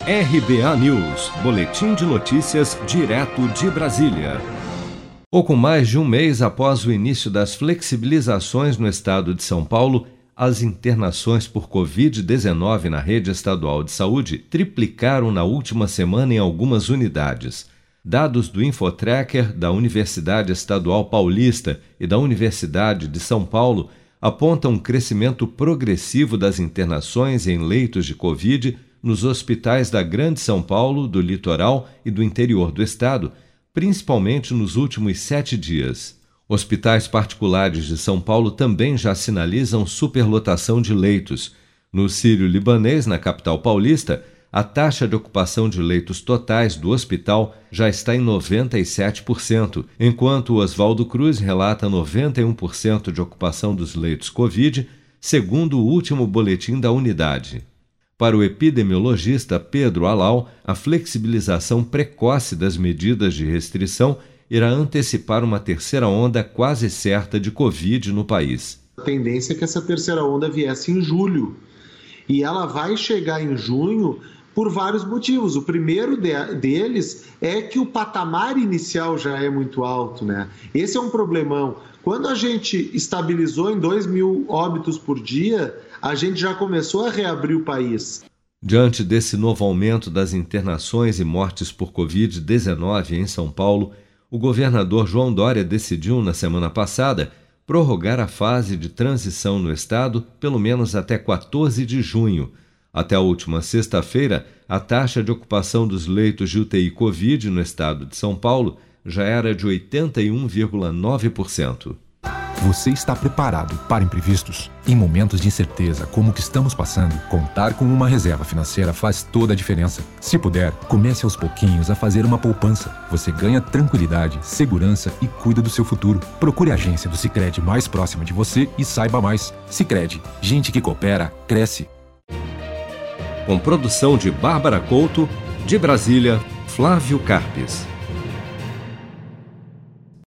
RBA News, boletim de notícias direto de Brasília. Pouco mais de um mês após o início das flexibilizações no estado de São Paulo, as internações por Covid-19 na rede estadual de saúde triplicaram na última semana em algumas unidades. Dados do Infotracker da Universidade Estadual Paulista e da Universidade de São Paulo apontam um crescimento progressivo das internações em leitos de Covid nos hospitais da Grande São Paulo, do litoral e do interior do estado, principalmente nos últimos 7 dias. Hospitais particulares de São Paulo também já sinalizam superlotação de leitos. No Sírio-Libanês, na capital paulista, a taxa de ocupação de leitos totais do hospital já está em 97%, enquanto o Oswaldo Cruz relata 91% de ocupação dos leitos Covid, segundo o último boletim da unidade. Para o epidemiologista Pedro Alau, a flexibilização precoce das medidas de restrição irá antecipar uma terceira onda quase certa de Covid no país. A tendência é que essa terceira onda viesse em julho, e ela vai chegar em junho por vários motivos. O primeiro deles é que o patamar inicial já é muito alto, né? Esse é um problemão. Quando a gente estabilizou em 2.000 óbitos por dia, a gente já começou a reabrir o país. Diante desse novo aumento das internações e mortes por Covid-19 em São Paulo, o governador João Dória decidiu, na semana passada, prorrogar a fase de transição no estado pelo menos até 14 de junho. Até a última sexta-feira, a taxa de ocupação dos leitos de UTI Covid no estado de São Paulo já era de 81,9%. Você está preparado para imprevistos? Em momentos de incerteza como o que estamos passando, contar com uma reserva financeira faz toda a diferença. Se puder, comece aos pouquinhos a fazer uma poupança. Você ganha tranquilidade, segurança e cuida do seu futuro. Procure a agência do Sicredi mais próxima de você e saiba mais. Sicredi, gente que coopera, cresce. Com produção de Bárbara Couto, de Brasília, Flávio Carpes.